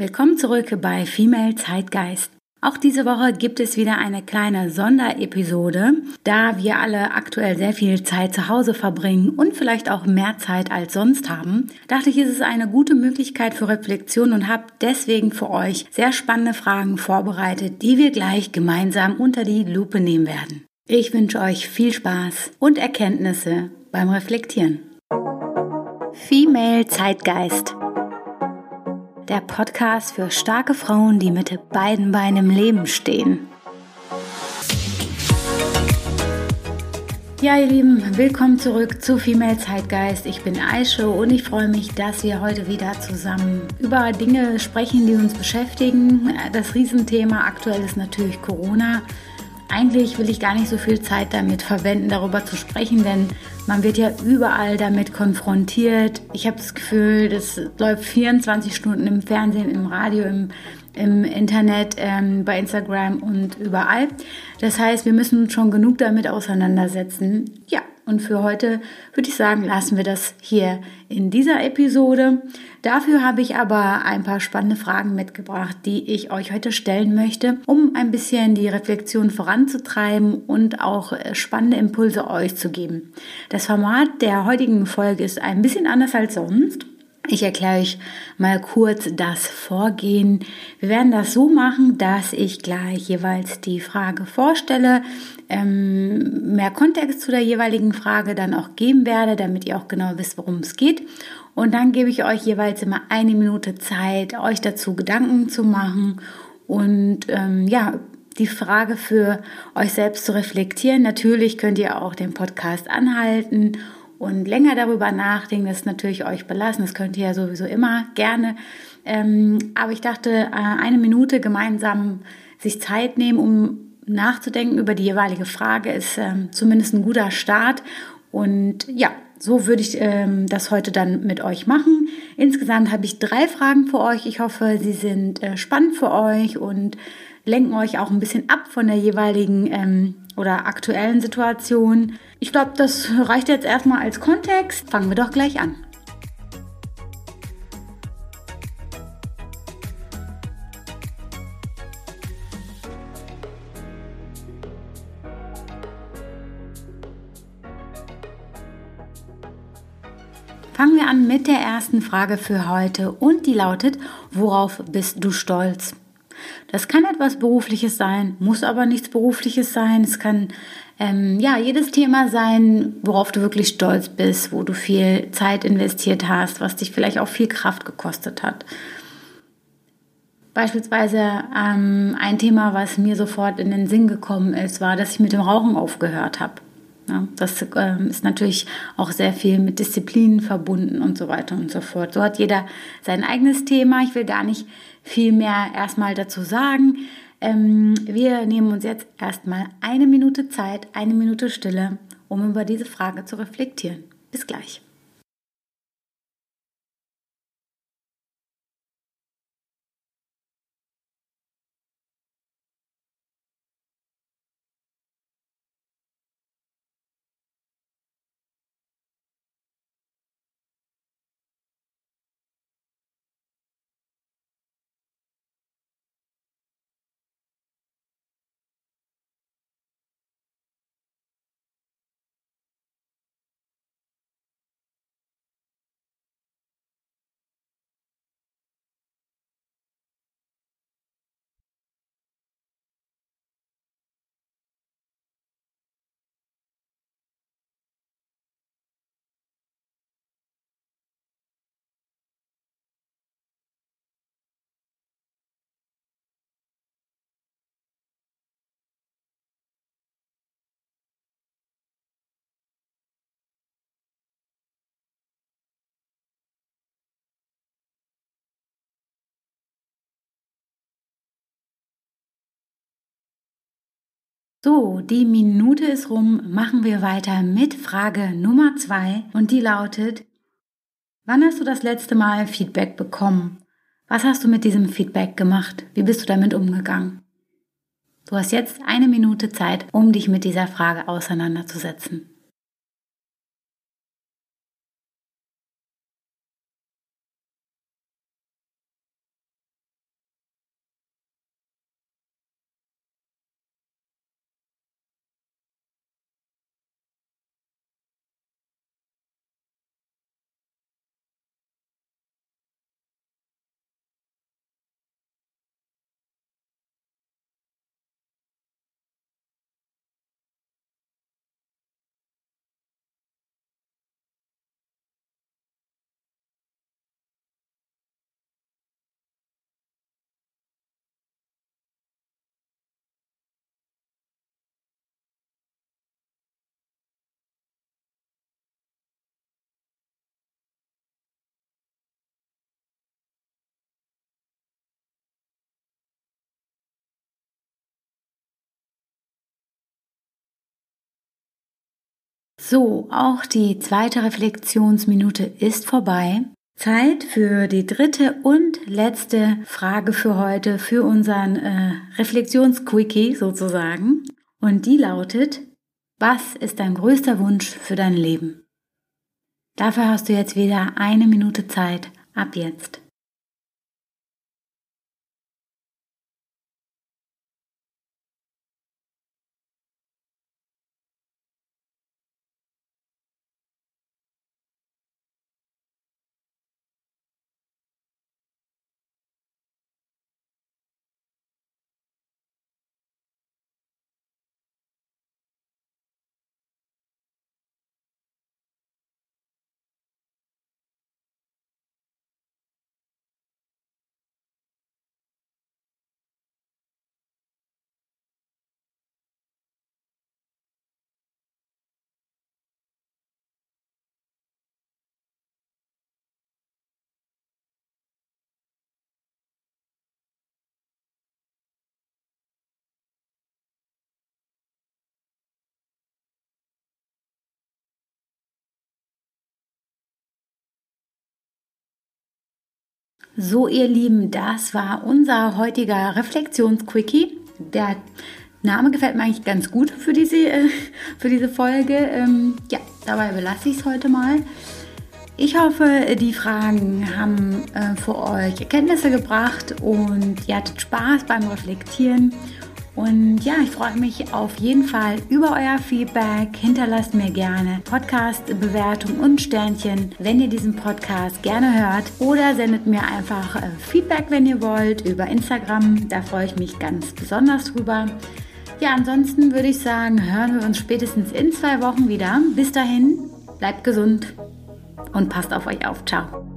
Willkommen zurück bei Female Zeitgeist. Auch diese Woche gibt es wieder eine kleine Sonderepisode. Da wir alle aktuell sehr viel Zeit zu Hause verbringen und vielleicht auch mehr Zeit als sonst haben, dachte ich, ist es eine gute Möglichkeit für Reflexion und habe deswegen für euch sehr spannende Fragen vorbereitet, die wir gleich gemeinsam unter die Lupe nehmen werden. Ich wünsche euch viel Spaß und Erkenntnisse beim Reflektieren. Female Zeitgeist. Der Podcast für starke Frauen, die mit beiden Beinen im Leben stehen. Ja, ihr Lieben, willkommen zurück zu Female Zeitgeist. Ich bin Aische und ich freue mich, dass wir heute wieder zusammen über Dinge sprechen, die uns beschäftigen. Das Riesenthema aktuell ist natürlich Corona. Eigentlich will ich gar nicht so viel Zeit damit verwenden, darüber zu sprechen, denn man wird ja überall damit konfrontiert. Ich habe das Gefühl, das läuft 24 Stunden im Fernsehen, im Radio, im Internet, bei Instagram und überall. Das heißt, wir müssen uns schon genug damit auseinandersetzen. Ja, und für heute würde ich sagen, lassen wir das hier in dieser Episode. Dafür habe ich aber ein paar spannende Fragen mitgebracht, die ich euch heute stellen möchte, um ein bisschen die Reflexion voranzutreiben und auch spannende Impulse euch zu geben. Das Format der heutigen Folge ist ein bisschen anders als sonst. Ich erkläre euch mal kurz das Vorgehen. Wir werden das so machen, dass ich gleich jeweils die Frage vorstelle, mehr Kontext zu der jeweiligen Frage dann auch geben werde, damit ihr auch genau wisst, worum es geht. Und dann gebe ich euch jeweils immer 1 Minute Zeit, euch dazu Gedanken zu machen und die Frage für euch selbst zu reflektieren. Natürlich könnt ihr auch den Podcast anhalten und länger darüber nachdenken. Das ist natürlich euch belassen. Das könnt ihr ja sowieso immer gerne. Aber ich dachte, 1 Minute gemeinsam sich Zeit nehmen, um nachzudenken über die jeweilige Frage, ist zumindest ein guter Start. Und ja, so würde ich das heute dann mit euch machen. Insgesamt habe ich 3 Fragen für euch. Ich hoffe, sie sind spannend für euch und lenken euch auch ein bisschen ab von der jeweiligen oder aktuellen Situation. Ich glaube, das reicht jetzt erstmal als Kontext. Fangen wir doch gleich an. Fangen wir an mit der ersten Frage für heute und die lautet: Worauf bist du stolz? Das kann etwas Berufliches sein, muss aber nichts Berufliches sein. Es kann jedes Thema sein, worauf du wirklich stolz bist, wo du viel Zeit investiert hast, was dich vielleicht auch viel Kraft gekostet hat. Beispielsweise ein Thema, was mir sofort in den Sinn gekommen ist, war, dass ich mit dem Rauchen aufgehört habe. Ja, das ist natürlich auch sehr viel mit Disziplin verbunden und so weiter und so fort. So hat jeder sein eigenes Thema. Ich will gar nicht viel mehr erstmal dazu sagen. Wir nehmen uns jetzt erstmal 1 Minute Zeit, 1 Minute Stille, um über diese Frage zu reflektieren. Bis gleich. So, die Minute ist rum. Machen wir weiter mit Frage Nummer 2 und die lautet: Wann hast du das letzte Mal Feedback bekommen? Was hast du mit diesem Feedback gemacht? Wie bist du damit umgegangen? Du hast jetzt 1 Minute Zeit, um dich mit dieser Frage auseinanderzusetzen. So, auch die zweite Reflexionsminute ist vorbei. Zeit für die dritte und letzte Frage für heute, für unseren Reflexionsquickie sozusagen. Und die lautet: Was ist dein größter Wunsch für dein Leben? Dafür hast du jetzt wieder 1 Minute Zeit, ab jetzt. So, ihr Lieben, das war unser heutiger Reflexionsquickie. Der Name gefällt mir eigentlich ganz gut für diese Folge. Dabei belasse ich es heute mal. Ich hoffe, die Fragen haben für euch Erkenntnisse gebracht und ihr hattet Spaß beim Reflektieren. Und ja, ich freue mich auf jeden Fall über euer Feedback. Hinterlasst mir gerne Podcast-Bewertung und Sternchen, wenn ihr diesen Podcast gerne hört. Oder sendet mir einfach Feedback, wenn ihr wollt, über Instagram. Da freue ich mich ganz besonders drüber. Ja, ansonsten würde ich sagen, hören wir uns spätestens in 2 Wochen wieder. Bis dahin, bleibt gesund und passt auf euch auf. Ciao.